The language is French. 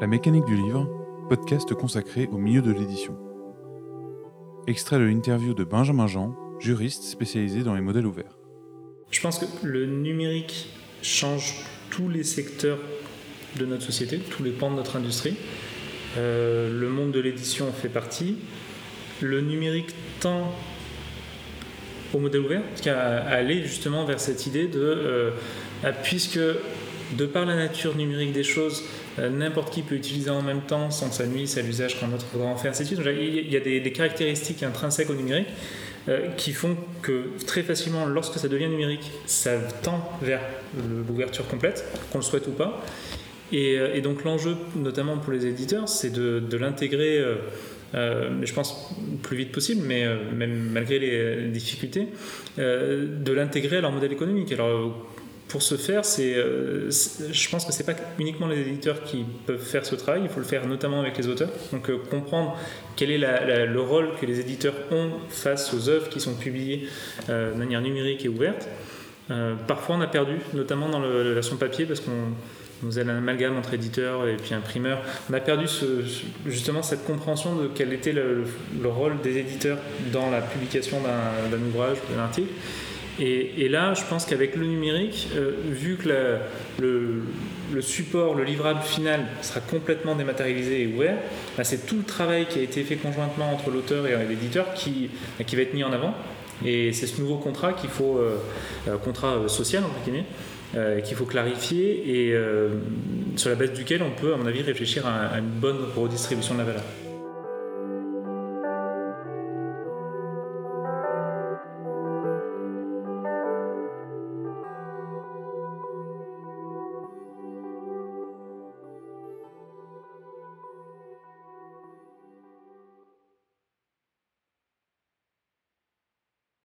La mécanique du livre, podcast consacré au milieu de l'édition. Extrait de l'interview de Benjamin Jean, juriste spécialisé dans les modèles ouverts. Je pense que le numérique change tous les secteurs de notre société, tous les pans de notre industrie. Le monde de l'édition en fait partie. Le numérique tend au modèle ouvert, à aller justement vers cette idée puisque de par la nature numérique des choses, n'importe qui peut utiliser en même temps sans que ça nuise à l'usage qu'un autre voudra en faire, ainsi de suite. Il y a des caractéristiques intrinsèques au numérique qui font que très facilement, lorsque ça devient numérique, ça tend vers l'ouverture complète, qu'on le souhaite ou pas. Et donc l'enjeu, notamment pour les éditeurs, c'est de l'intégrer, je pense, le plus vite possible, mais même malgré les difficultés, de l'intégrer à leur modèle économique. Alors, pour ce faire, je pense que ce n'est pas uniquement les éditeurs qui peuvent faire ce travail, il faut le faire notamment avec les auteurs. Donc comprendre quel est le rôle que les éditeurs ont face aux œuvres qui sont publiées de manière numérique et ouverte. Parfois on a perdu, notamment dans la version papier, parce qu'on nous a un amalgame entre éditeurs et puis imprimeurs. On a perdu justement cette compréhension de quel était le rôle des éditeurs dans la publication d'un ouvrage, d'un article. Et là, je pense qu'avec le numérique, vu que le support, le livrable final sera complètement dématérialisé et ouvert, c'est tout le travail qui a été fait conjointement entre l'auteur et l'éditeur qui va être mis en avant. Et c'est ce nouveau contrat qu'il faut, contrat social entre guillemets, qu'il faut clarifier et sur la base duquel on peut, à mon avis, réfléchir à une bonne redistribution de la valeur.